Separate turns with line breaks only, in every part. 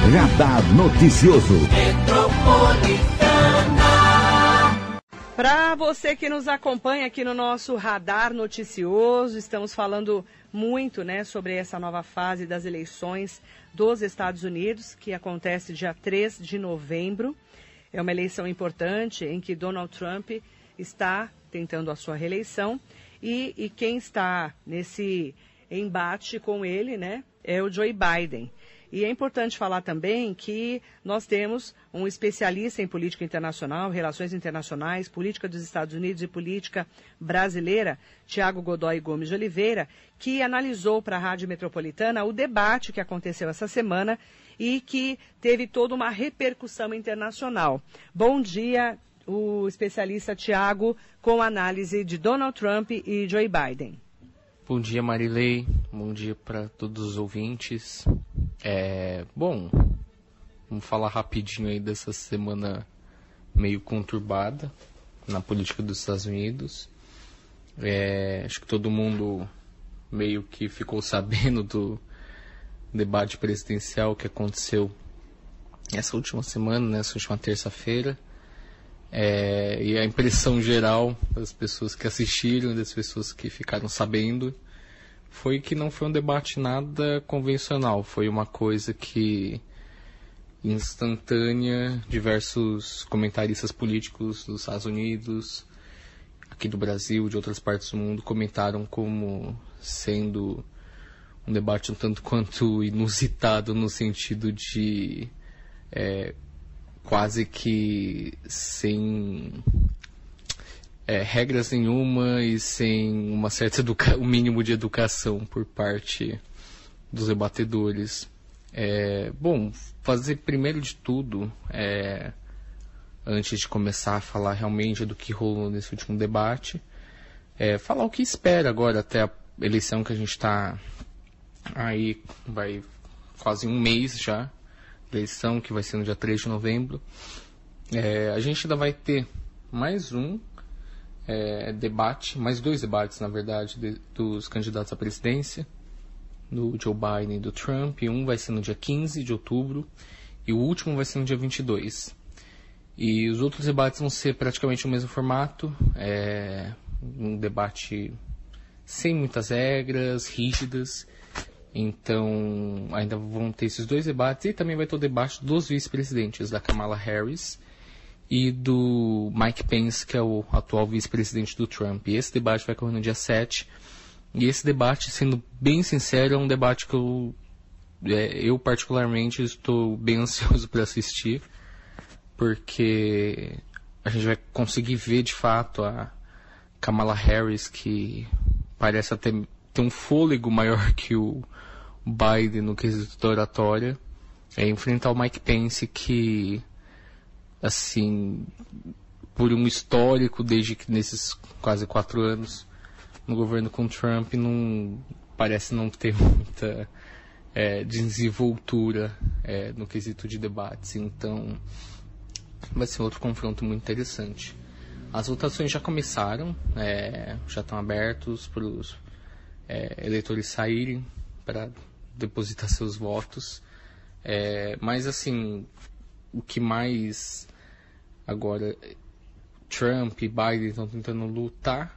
Radar Noticioso.
Para você que nos acompanha aqui no nosso Radar Noticioso, estamos falando muito, sobre essa nova fase das eleições dos Estados Unidos, que acontece dia 3 de novembro. É uma eleição importante em que Donald Trump está tentando a sua reeleição e quem está nesse embate com ele, é o Joe Biden. E é importante falar também que nós temos um especialista em política internacional, relações internacionais, política dos Estados Unidos e política brasileira, Tiago Godoy Gomes de Oliveira, que analisou para a Rádio Metropolitana o debate que aconteceu essa semana e que teve toda uma repercussão internacional. Bom dia, o especialista Tiago, com análise de Donald Trump e Joe Biden.
Bom dia, Marilei. Bom dia para todos os ouvintes. Bom, vamos falar rapidinho aí dessa semana meio conturbada na política dos Estados Unidos. Acho que todo mundo meio que ficou sabendo do debate presidencial que aconteceu essa última semana, nessa última terça-feira. E a impressão geral das pessoas que assistiram, das pessoas que ficaram sabendo, foi que não foi um debate nada convencional. Foi uma coisa que, instantânea, diversos comentaristas políticos dos Estados Unidos, aqui do Brasil, de outras partes do mundo, comentaram como sendo um debate um tanto quanto inusitado, no sentido de quase que sem regras nenhuma e sem uma certa um mínimo de educação por parte dos debatedores. Bom, fazer primeiro de tudo, antes de começar a falar realmente do que rolou nesse último debate, falar o que espera agora até a eleição, que a gente está aí, vai quase um mês já, eleição que vai ser no dia 3 de novembro. A gente ainda vai ter mais um debate, mais dois debates, na verdade, dos candidatos à presidência, do Joe Biden e do Trump. Um vai ser no dia 15 de outubro e o último vai ser no dia 22. E os outros debates vão ser praticamente o mesmo formato, um debate sem muitas regras rígidas. Então, ainda vão ter esses dois debates, e também vai ter o debate dos vice-presidentes, da Kamala Harris e do Mike Pence, que é o atual vice-presidente do Trump. E esse debate vai ocorrer no dia 7. E esse debate, sendo bem sincero, é um debate que eu particularmente estou bem ansioso para assistir, porque a gente vai conseguir ver de fato a Kamala Harris, que parece até ter um fôlego maior que o Biden no quesito da oratória, enfrentar o Mike Pence, que, assim, por um histórico desde que nesses quase 4 anos no governo com Trump, parece não ter muita desenvoltura no quesito de debates. Então vai ser outro confronto muito interessante. As votações já começaram, já estão abertos para os eleitores saírem para depositar seus votos. Mas, assim, o que mais agora Trump e Biden estão tentando lutar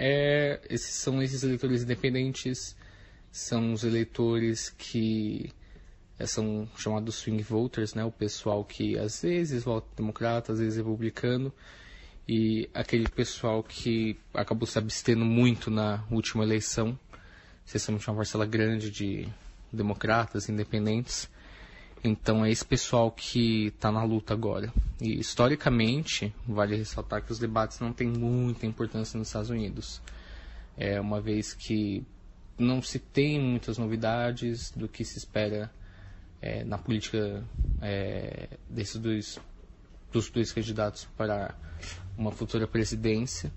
são esses eleitores independentes, são os eleitores que são chamados swing voters, o pessoal que às vezes vota democrata, às vezes republicano, e aquele pessoal que acabou se abstendo muito na última eleição, especialmente uma parcela grande de democratas independentes. Então é esse pessoal que está na luta agora. E historicamente, vale ressaltar que os debates não têm muita importância nos Estados Unidos. Uma vez que não se tem muitas novidades do que se espera na política dos dois candidatos para uma futura presidência.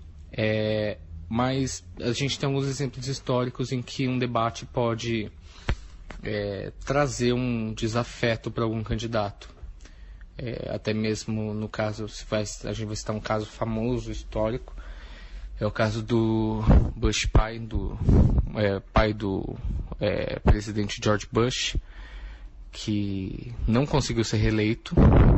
Mas a gente tem alguns exemplos históricos em que um debate pode trazer um desafeto para algum candidato. Até mesmo no caso, a gente vai citar um caso famoso, histórico, é o caso do Bush pai do presidente George Bush, que não conseguiu ser reeleito,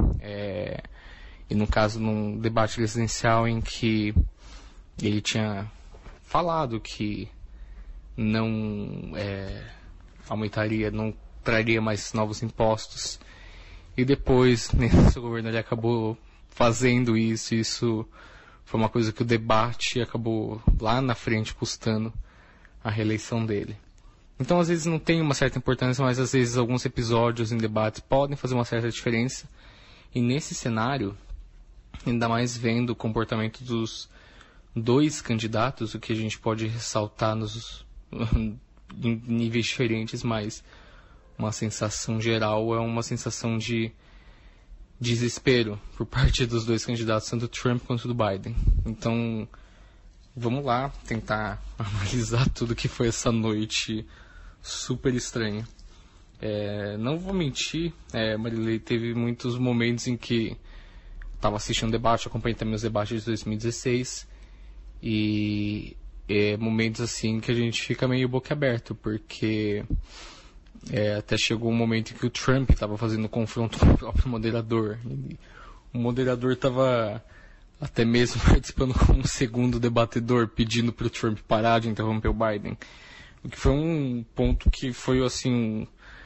e no caso num debate presidencial em que ele tinha falado que não aumentaria, não traria mais novos impostos, e depois nesse governo ele acabou fazendo isso. Isso foi uma coisa que o debate acabou lá na frente custando a reeleição dele. Então às vezes não tem uma certa importância, mas às vezes alguns episódios em debates podem fazer uma certa diferença. E nesse cenário, ainda mais vendo o comportamento dos dois candidatos, o que a gente pode ressaltar em níveis diferentes, mas uma sensação geral é uma sensação de desespero por parte dos dois candidatos, tanto do Trump quanto do Biden. Então, vamos lá tentar analisar tudo que foi essa noite super estranha. Não vou mentir, Marilei, teve muitos momentos em que estava assistindo um debate, acompanhei também os debates de 2016, e momentos assim que a gente fica meio boquiaberto, porque até chegou um momento em que o Trump estava fazendo confronto com o próprio moderador, e o moderador estava até mesmo participando como segundo debatedor, pedindo para o Trump parar de interromper o Biden, o que foi um ponto que foi assim,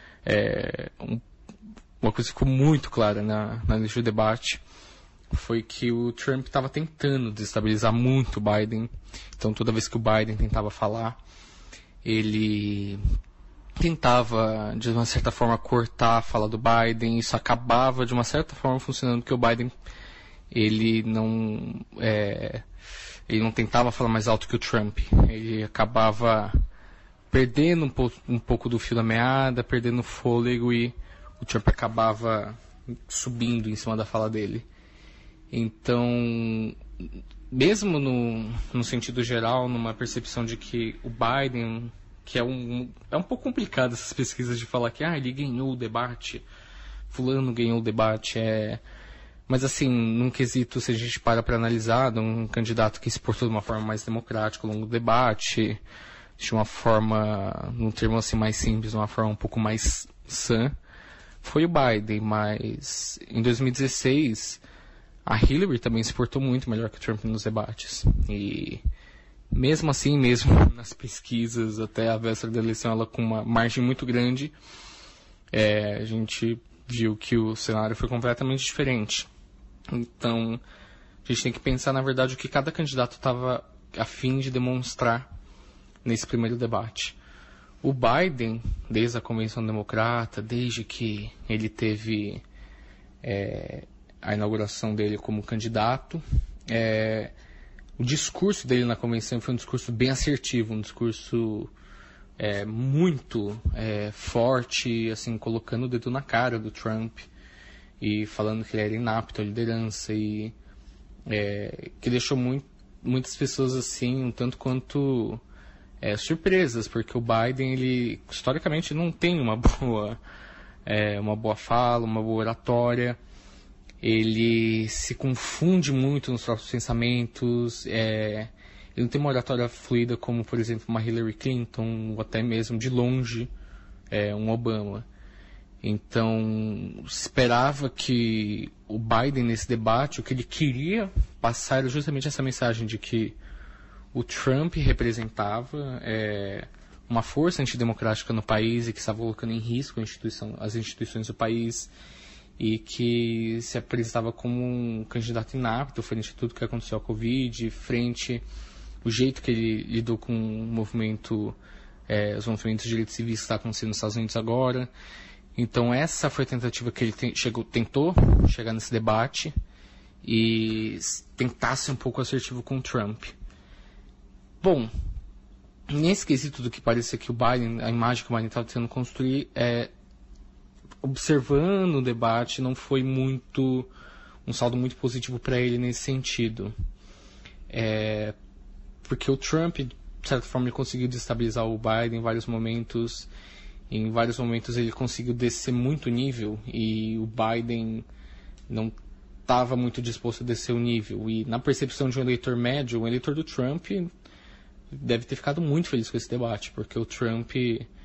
uma coisa que ficou muito clara na noite do debate, foi que o Trump estava tentando desestabilizar muito o Biden. Então toda vez que o Biden tentava falar, ele tentava de uma certa forma cortar a fala do Biden. Isso acabava de uma certa forma funcionando, porque o Biden ele não tentava falar mais alto que o Trump. Ele acabava perdendo um pouco do fio da meada, perdendo o fôlego, e o Trump acabava subindo em cima da fala dele. Então, mesmo no sentido geral, numa percepção de que o Biden, que é um pouco complicado essas pesquisas de falar que ele ganhou o debate, fulano ganhou o debate, mas assim, num quesito, se a gente para analisar, um candidato que se portou de uma forma mais democrática ao longo do debate, de uma forma, num termo assim mais simples, de uma forma um pouco mais sã, foi o Biden. Mas em 2016... a Hillary também se portou muito melhor que o Trump nos debates. E mesmo assim, mesmo nas pesquisas, até a véspera da eleição, ela com uma margem muito grande, a gente viu que o cenário foi completamente diferente. Então, a gente tem que pensar, na verdade, o que cada candidato estava a fim de demonstrar nesse primeiro debate. O Biden, desde a Convenção Democrata, desde que ele teve a inauguração dele como candidato, o discurso dele na convenção foi um discurso bem assertivo, um discurso muito forte, assim, colocando o dedo na cara do Trump e falando que ele era inapto à liderança, e que deixou muitas pessoas assim um tanto quanto surpresas, porque o Biden, ele historicamente não tem uma boa fala, uma boa oratória. Ele se confunde muito nos próprios pensamentos, ele não tem uma oratória fluida como, por exemplo, uma Hillary Clinton, ou até mesmo, de longe, um Obama. Então, esperava que o Biden, nesse debate, o que ele queria passar era justamente essa mensagem de que o Trump representava uma força antidemocrática no país e que estava colocando em risco as instituições do país, e que se apresentava como um candidato inapto frente a tudo que aconteceu à Covid, frente o jeito que ele lidou com o movimento, os movimentos de direitos civis que está acontecendo nos Estados Unidos agora. Então essa foi a tentativa que ele tentou chegar nesse debate e tentar ser um pouco assertivo com o Trump. Bom, nesse quesito do que parecia que o Biden, a imagem que o Biden estava tentando construir, observando o debate, não foi um saldo muito positivo para ele nesse sentido. Porque o Trump, de certa forma, ele conseguiu desestabilizar o Biden em vários momentos. Em vários momentos ele conseguiu descer muito o nível, e o Biden não estava muito disposto a descer o nível. E na percepção de um eleitor médio, o eleitor do Trump deve ter ficado muito feliz com esse debate, porque o Trump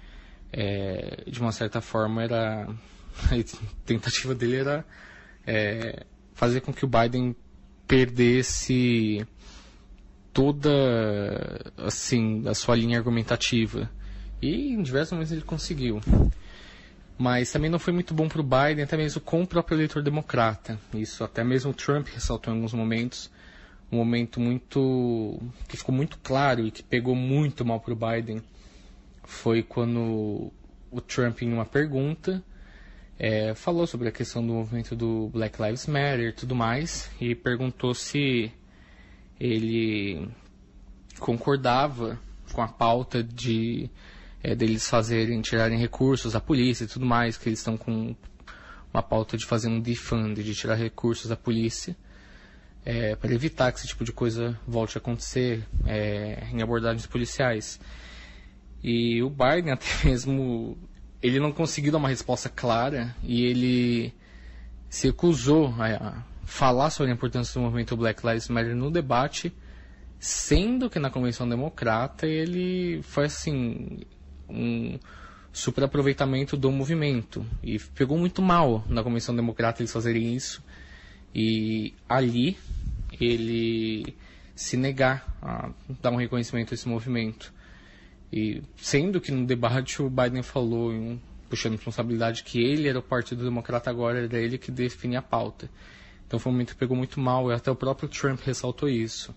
de uma certa forma, a tentativa dele era fazer com que o Biden perdesse toda, assim, a sua linha argumentativa. E em diversos momentos ele conseguiu. Mas também não foi muito bom para o Biden, até mesmo com o próprio eleitor democrata. Isso até mesmo o Trump ressaltou em alguns momentos. Um momento que ficou muito claro e que pegou muito mal para o Biden foi quando o Trump, em uma pergunta, falou sobre a questão do movimento do Black Lives Matter e tudo mais, e perguntou se ele concordava com a pauta deles tirarem recursos da polícia e tudo mais, que eles estão com uma pauta de fazer um defund, de tirar recursos da polícia, para evitar que esse tipo de coisa volte a acontecer em abordagens policiais. E o Biden, até mesmo, ele não conseguiu dar uma resposta clara, e ele se recusou a falar sobre a importância do movimento Black Lives Matter no debate, sendo que na Convenção Democrata ele foi assim um superaproveitamento do movimento, e pegou muito mal na Convenção Democrata eles fazerem isso, e ali ele se negar a dar um reconhecimento a esse movimento. E sendo que no debate o Biden falou, puxando responsabilidade, que ele era o Partido Democrata agora, era ele que definia a pauta. Então foi um momento que pegou muito mal, e até o próprio Trump ressaltou isso.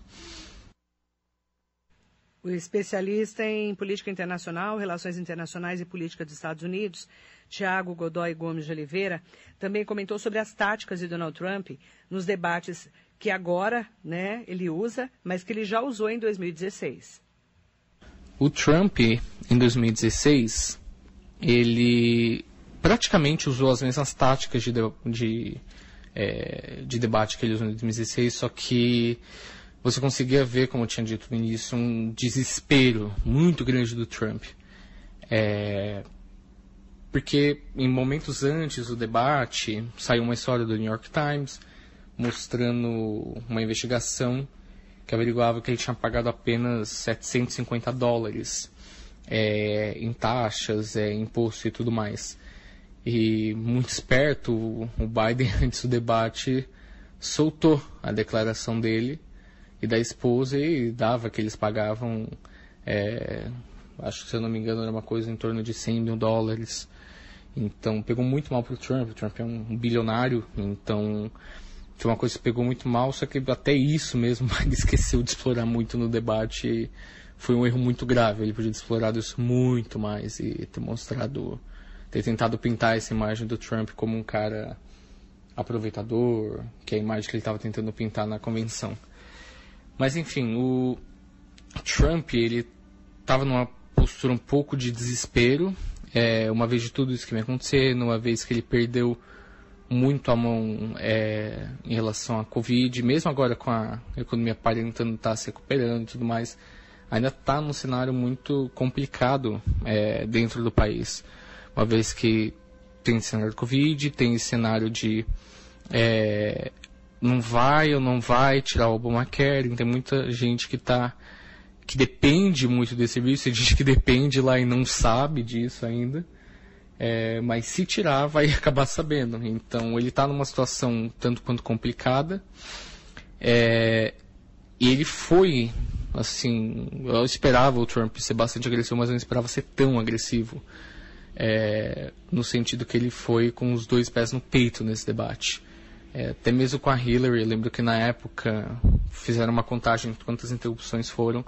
O especialista em política internacional, relações internacionais e política dos Estados Unidos, Tiago Godoy Gomes de Oliveira, também comentou sobre as táticas de Donald Trump nos debates que agora, ele usa, mas que ele já usou em 2016.
O Trump, em 2016, ele praticamente usou as mesmas táticas de debate que ele usou em 2016, só que você conseguia ver, como eu tinha dito no início, um desespero muito grande do Trump. Porque em momentos antes do debate, saiu uma história do New York Times mostrando uma investigação que averiguava que ele tinha pagado apenas $750 em taxas, imposto e tudo mais. E muito esperto, o Biden, antes do debate, soltou a declaração dele e da esposa, e dava que eles pagavam, acho que, se eu não me engano, era uma coisa em torno de $100 mil. Então pegou muito mal para o Trump. O Trump é um bilionário, então foi uma coisa que pegou muito mal, só que até isso mesmo ele esqueceu de explorar muito no debate, e foi um erro muito grave. Ele podia ter explorado isso muito mais e ter tentado pintar essa imagem do Trump como um cara aproveitador, que é a imagem que ele estava tentando pintar na convenção. Mas enfim, o Trump, ele estava numa postura um pouco de desespero, uma vez de tudo isso que me acontecendo, uma vez que ele perdeu muito a mão em relação à Covid, mesmo agora com a economia aparentando estar se recuperando e tudo mais, ainda está num cenário muito complicado dentro do país. Uma vez que tem esse cenário de Covid, tem esse cenário de não vai ou não vai tirar o Obamacare, tem muita gente que depende muito desse serviço, tem gente que depende lá e não sabe disso ainda. Mas se tirar, vai acabar sabendo. Então ele está numa situação tanto quanto complicada, e ele foi assim, eu esperava o Trump ser bastante agressivo, mas eu não esperava ser tão agressivo, no sentido que ele foi com os dois pés no peito nesse debate. Até mesmo com a Hillary, eu lembro que na época fizeram uma contagem de quantas interrupções foram,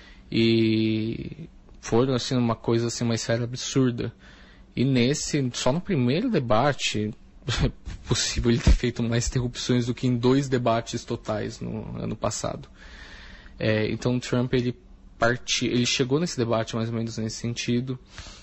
e foram assim uma coisa assim, uma esfera absurda. E só no primeiro debate, é possível ele ter feito mais interrupções do que em 2 debates totais no ano passado. Então o Trump, ele chegou nesse debate mais ou menos nesse sentido.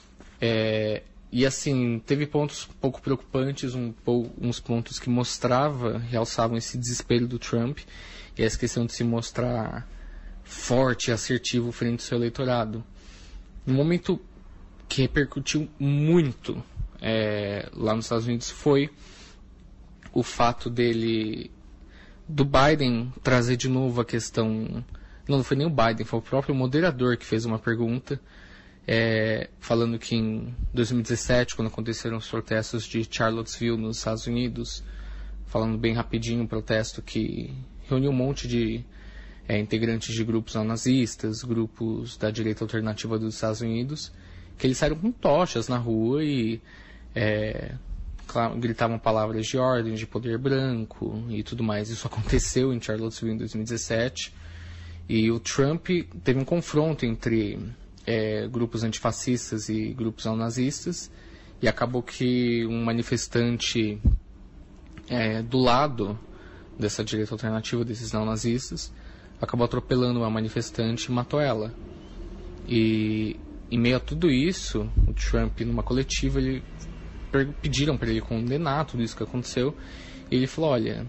E assim, teve pontos um pouco preocupantes, uns pontos que realçavam esse desespero do Trump, e essa questão de se mostrar forte e assertivo frente ao seu eleitorado. Um momento que repercutiu muito lá nos Estados Unidos foi o fato do Biden trazer de novo a questão. Não foi nem o Biden, foi o próprio moderador que fez uma pergunta falando que em 2017, quando aconteceram os protestos de Charlottesville, nos Estados Unidos, falando bem rapidinho, um protesto que reuniu um monte de integrantes de grupos neonazistas, grupos da direita alternativa dos Estados Unidos, que eles saíram com tochas na rua e gritavam palavras de ordem, de poder branco e tudo mais. Isso aconteceu em Charlottesville em 2017. E o Trump teve um confronto entre grupos antifascistas e grupos neonazistas, e acabou que um manifestante do lado dessa direita alternativa, desses neonazistas, acabou atropelando uma manifestante e matou ela. E em meio a tudo isso, o Trump, numa coletiva, pediram para ele condenar tudo isso que aconteceu, e ele falou, olha,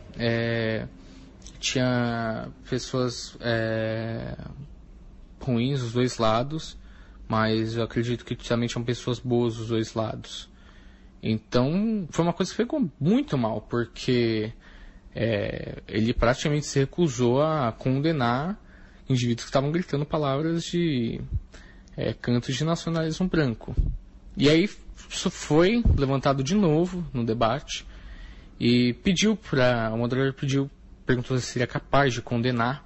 tinha pessoas ruins dos dois lados, mas eu acredito que também tinham pessoas boas dos dois lados. Então, foi uma coisa que ficou muito mal, porque ele praticamente se recusou a condenar indivíduos que estavam gritando palavras de cantos de nacionalismo branco. E aí, isso foi levantado de novo no debate, e o moderador perguntou se seria capaz de condenar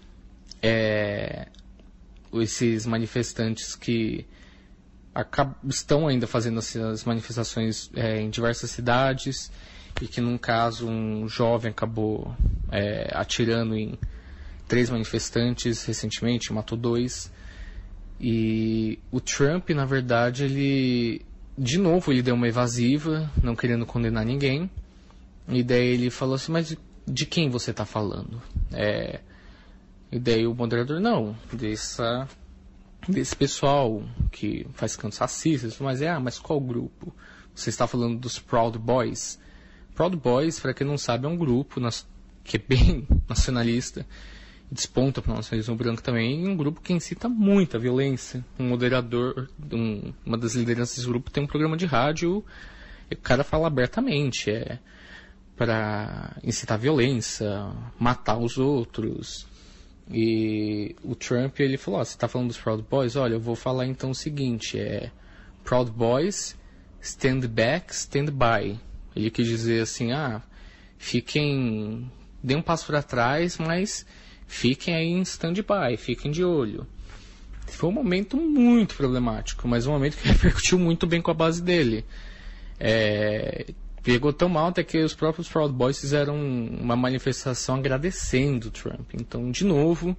esses manifestantes que estão ainda fazendo essas manifestações em diversas cidades, e que num caso um jovem acabou atirando em 3 manifestantes recentemente, matou 2. E o Trump, na verdade, ele deu uma evasiva, não querendo condenar ninguém, e daí ele falou assim, mas de quem você está falando? E daí o moderador, não, desse pessoal que faz cantos racistas, mas qual grupo? Você está falando dos Proud Boys? Proud Boys, para quem não sabe, é um grupo que é bem nacionalista, desponta para o nacionalismo branco também, e um grupo que incita muita violência. Um moderador, uma das lideranças desse grupo tem um programa de rádio, e o cara fala abertamente, para incitar violência, matar os outros. E o Trump, ele falou, você está falando dos Proud Boys? Olha, eu vou falar então o seguinte, Proud Boys, stand back, stand by. Ele quis dizer assim, dê um passo para trás, mas fiquem aí em stand-by, fiquem de olho. Foi um momento muito problemático, mas um momento que repercutiu muito bem com a base dele. Pegou tão mal até que os próprios Proud Boys fizeram uma manifestação agradecendo o Trump. Então, de novo,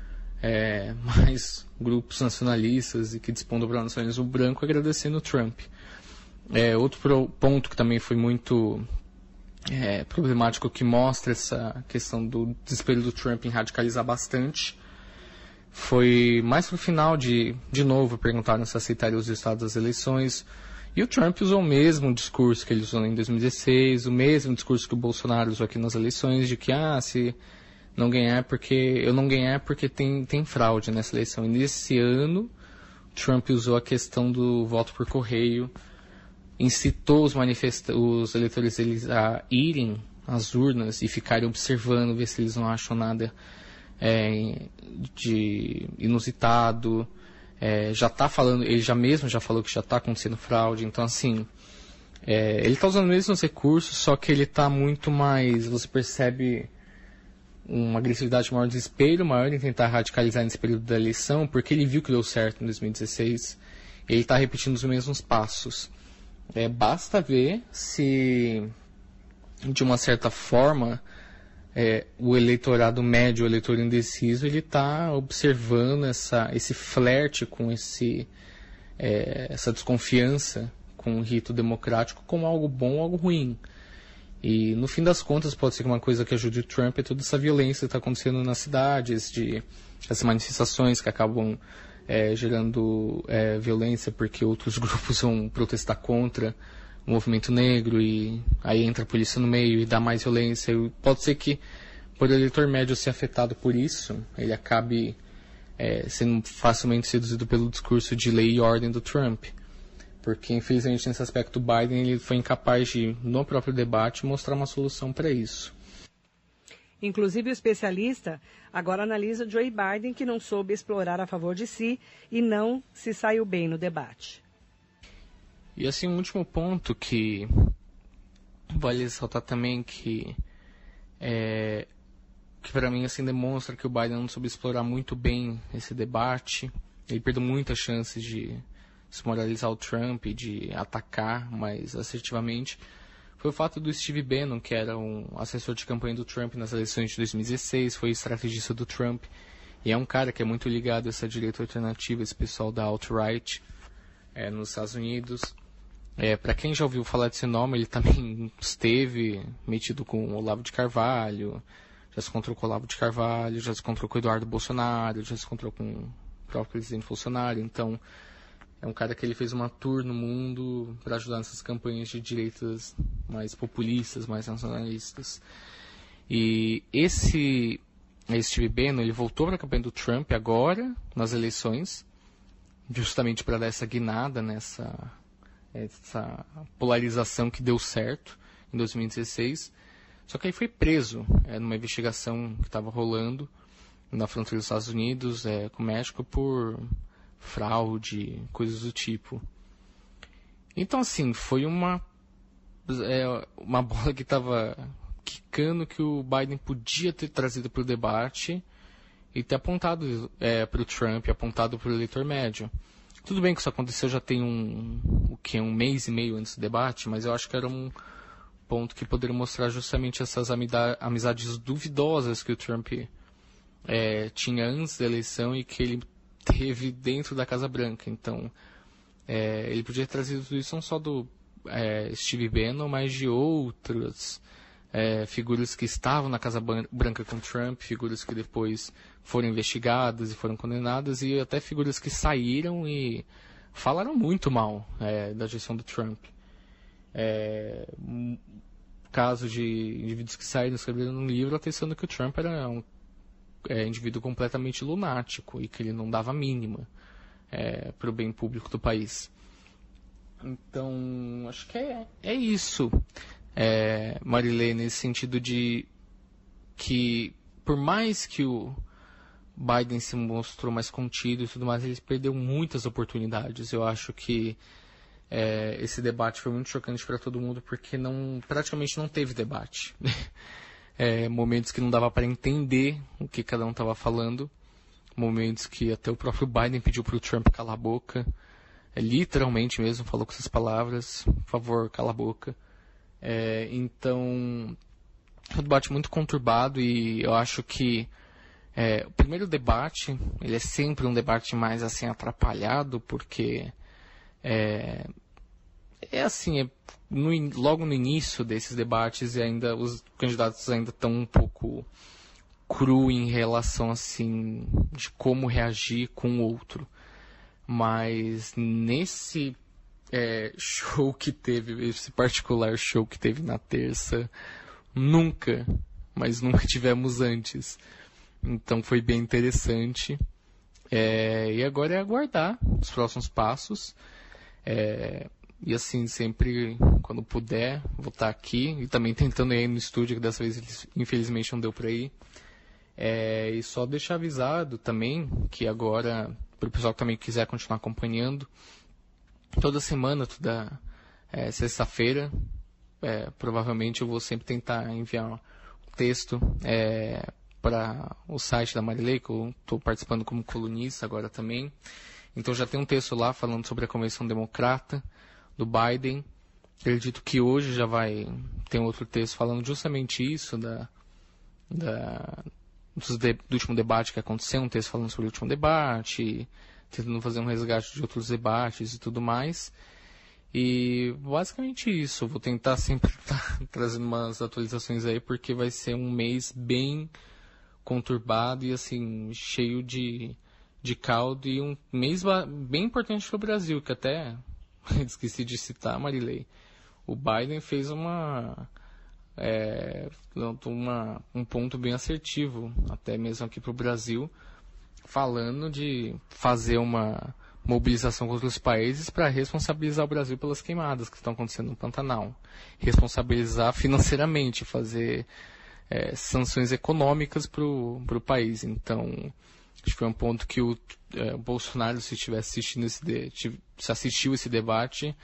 mais grupos nacionalistas e que dispõem do nacionalismo branco agradecendo o Trump. Outro ponto que também foi muito problemático, que mostra essa questão do desespero do Trump em radicalizar bastante, foi mais pro final de novo, perguntaram se aceitaria os resultados das eleições, e o Trump usou o mesmo discurso que ele usou em 2016, o mesmo discurso que o Bolsonaro usou aqui nas eleições, de que, se não ganhar eu não ganhar porque tem fraude nessa eleição. E nesse ano, o Trump usou a questão do voto por correio, incitou os eleitores deles a irem às urnas e ficarem observando, ver se eles não acham nada de inusitado. Ele já falou que já está acontecendo fraude. Então, assim, ele está usando os mesmos recursos, só que ele está muito mais, você percebe uma agressividade maior, desespero maior em tentar radicalizar nesse período da eleição, porque ele viu que deu certo em 2016, ele está repetindo os mesmos passos. Basta ver se, de uma certa forma, o eleitorado médio, o eleitor indeciso, ele está observando esse flerte com essa desconfiança com o rito democrático como algo bom ou algo ruim. E, no fim das contas, pode ser que uma coisa que ajude o Trump é toda essa violência que está acontecendo nas cidades, essas manifestações que acabam gerando violência porque outros grupos vão protestar contra o movimento negro, e aí entra a polícia no meio e dá mais violência. E pode ser que, por o eleitor médio ser afetado por isso, ele acabe sendo facilmente seduzido pelo discurso de lei e ordem do Trump. Porque, infelizmente, nesse aspecto, o Biden ele foi incapaz de, no próprio debate, mostrar uma solução para isso.
Inclusive, o especialista agora analisa Joe Biden, que não soube explorar a favor de si e não se saiu bem no debate.
E assim, um último ponto que vale ressaltar também, que para mim assim, demonstra que o Biden não soube explorar muito bem esse debate. Ele perdeu muitas chances de desmoralizar o Trump e de atacar mais assertivamente. Foi o fato do Steve Bannon, que era um assessor de campanha do Trump nas eleições de 2016, foi estrategista do Trump, e é um cara que é muito ligado a essa direita alternativa, esse pessoal da alt-right nos Estados Unidos. Para quem já ouviu falar desse nome, ele também esteve metido com o Olavo de Carvalho, já se encontrou com o Olavo de Carvalho, já se encontrou com o Eduardo Bolsonaro, já se encontrou com o próprio presidente Bolsonaro. Então, é um cara que ele fez uma tour no mundo para ajudar nessas campanhas de direitas mais populistas, mais nacionalistas. E esse Steve Bannon, ele voltou para a campanha do Trump agora, nas eleições, justamente para dar essa guinada nessa polarização que deu certo em 2016. Só que aí foi preso numa investigação que estava rolando na fronteira dos Estados Unidos com o México por fraude, coisas do tipo. Então, assim, foi uma bola que estava quicando, que o Biden podia ter trazido para o debate e ter apontado para o Trump, apontado para o eleitor médio. Tudo bem que isso aconteceu já tem um mês e meio antes do debate, mas eu acho que era um ponto que poderia mostrar justamente essas amizades duvidosas que o Trump tinha antes da eleição e que ele teve dentro da Casa Branca. Então, ele podia ter trazido tudo isso não só do Steve Bannon, mas de outras figuras que estavam na Casa Branca com Trump, figuras que depois foram investigadas e foram condenadas, e até figuras que saíram e falaram muito mal da gestão do Trump. Caso de indivíduos que saíram, escreveram num livro atestando que o Trump era um indivíduo completamente lunático e que ele não dava a mínima para o bem público do país. Então, acho que é isso, Marilei, nesse sentido de que, por mais que o Biden se mostrou mais contido e tudo mais, ele perdeu muitas oportunidades. Eu acho que esse debate foi muito chocante para todo mundo, porque praticamente não teve debate. Momentos que não dava para entender o que cada um estava falando, momentos que até o próprio Biden pediu para o Trump calar a boca, literalmente mesmo, falou com essas palavras: por favor, cala a boca. Então, é um debate muito conturbado, e eu acho que o primeiro debate, ele é sempre um debate mais assim atrapalhado, porque logo no início desses debates, e ainda os candidatos ainda estão um pouco cru em relação assim de como reagir com o outro. Mas nesse show que teve, esse particular show que teve na terça, nunca tivemos antes. Então foi bem interessante. E agora é aguardar os próximos passos. E assim, sempre quando puder, vou estar aqui. E também tentando ir no estúdio, que dessa vez infelizmente não deu para ir. E só deixar avisado também que agora, para o pessoal que também quiser continuar acompanhando, toda semana, toda sexta-feira, provavelmente eu vou sempre tentar enviar um texto para o site da Marilei, que eu estou participando como colunista agora também. Então já tem um texto lá falando sobre a Convenção Democrata do Biden. Acredito que hoje já vai ter um outro texto falando justamente isso, do último debate que aconteceu, um texto falando sobre o último debate, tentando fazer um resgate de outros debates e tudo mais. E basicamente isso, vou tentar sempre estar trazendo umas atualizações aí, porque vai ser um mês bem conturbado e assim, cheio de caldo, e um mês bem importante para o Brasil, que até esqueci de citar, Marilei. O Biden fez um ponto bem assertivo, até mesmo aqui para o Brasil, falando de fazer uma mobilização contra os países para responsabilizar o Brasil pelas queimadas que estão acontecendo no Pantanal. Responsabilizar financeiramente, fazer sanções econômicas para o país. Então, acho que foi um ponto que o Bolsonaro, se tivesse assistiu esse debate,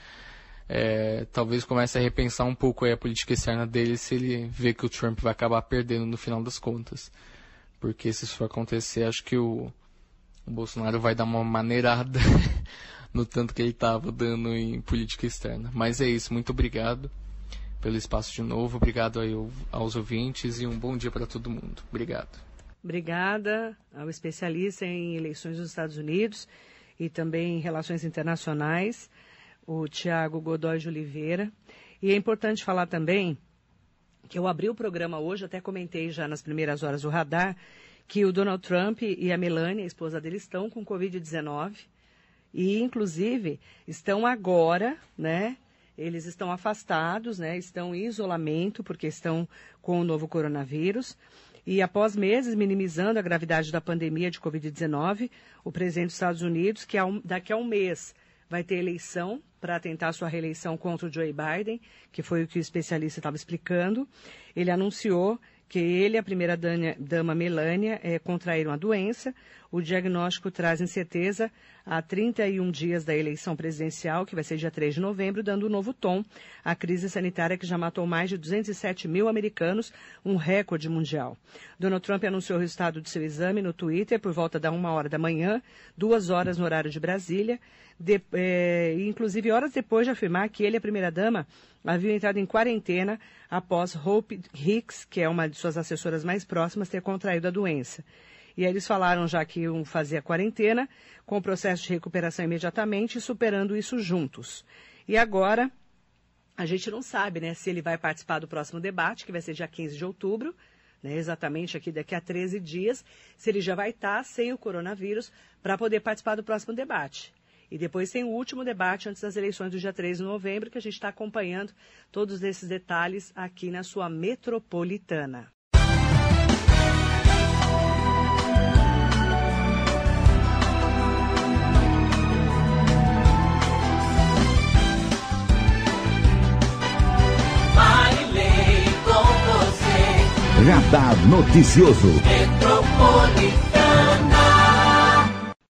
talvez comece a repensar um pouco a política externa dele, se ele vê que o Trump vai acabar perdendo no final das contas. Porque se isso for acontecer, acho que o Bolsonaro vai dar uma maneirada no tanto que ele estava dando em política externa. Mas é isso, muito obrigado pelo espaço de novo, obrigado aí aos ouvintes e um bom dia para todo mundo. Obrigado.
Obrigada ao especialista em eleições dos Estados Unidos e também em relações internacionais, o Tiago Godoy de Oliveira. E é importante falar também que eu abri o programa hoje, até comentei já nas primeiras horas do Radar, que o Donald Trump e a Melania, a esposa dele, estão com Covid-19 e, inclusive, estão agora, né? Eles estão afastados, né? Estão em isolamento porque estão com o novo coronavírus. E após meses minimizando a gravidade da pandemia de Covid-19, o presidente dos Estados Unidos, que daqui a um mês vai ter eleição para tentar sua reeleição contra o Joe Biden, que foi o que o especialista estava explicando, ele anunciou que ele e a primeira-dama Melania contraíram a doença. O diagnóstico traz incerteza a 31 dias da eleição presidencial, que vai ser dia 3 de novembro, dando um novo tom à crise sanitária que já matou mais de 207 mil americanos, um recorde mundial. Donald Trump anunciou o resultado de seu exame no Twitter por volta da 1h da manhã, 2 horas no horário de Brasília, inclusive horas depois de afirmar que ele e a primeira-dama haviam entrado em quarentena após Hope Hicks, que é uma de suas assessoras mais próximas, ter contraído a doença. E aí eles falaram já que iam fazer a quarentena, com o processo de recuperação imediatamente, superando isso juntos. E agora, a gente não sabe, né, se ele vai participar do próximo debate, que vai ser dia 15 de outubro, né, exatamente aqui daqui a 13 dias, se ele já vai estar sem o coronavírus para poder participar do próximo debate. E depois tem o último debate antes das eleições do dia 3 de novembro, que a gente está acompanhando todos esses detalhes aqui na sua Metropolitana.
Radar Noticioso.
Metropolitana.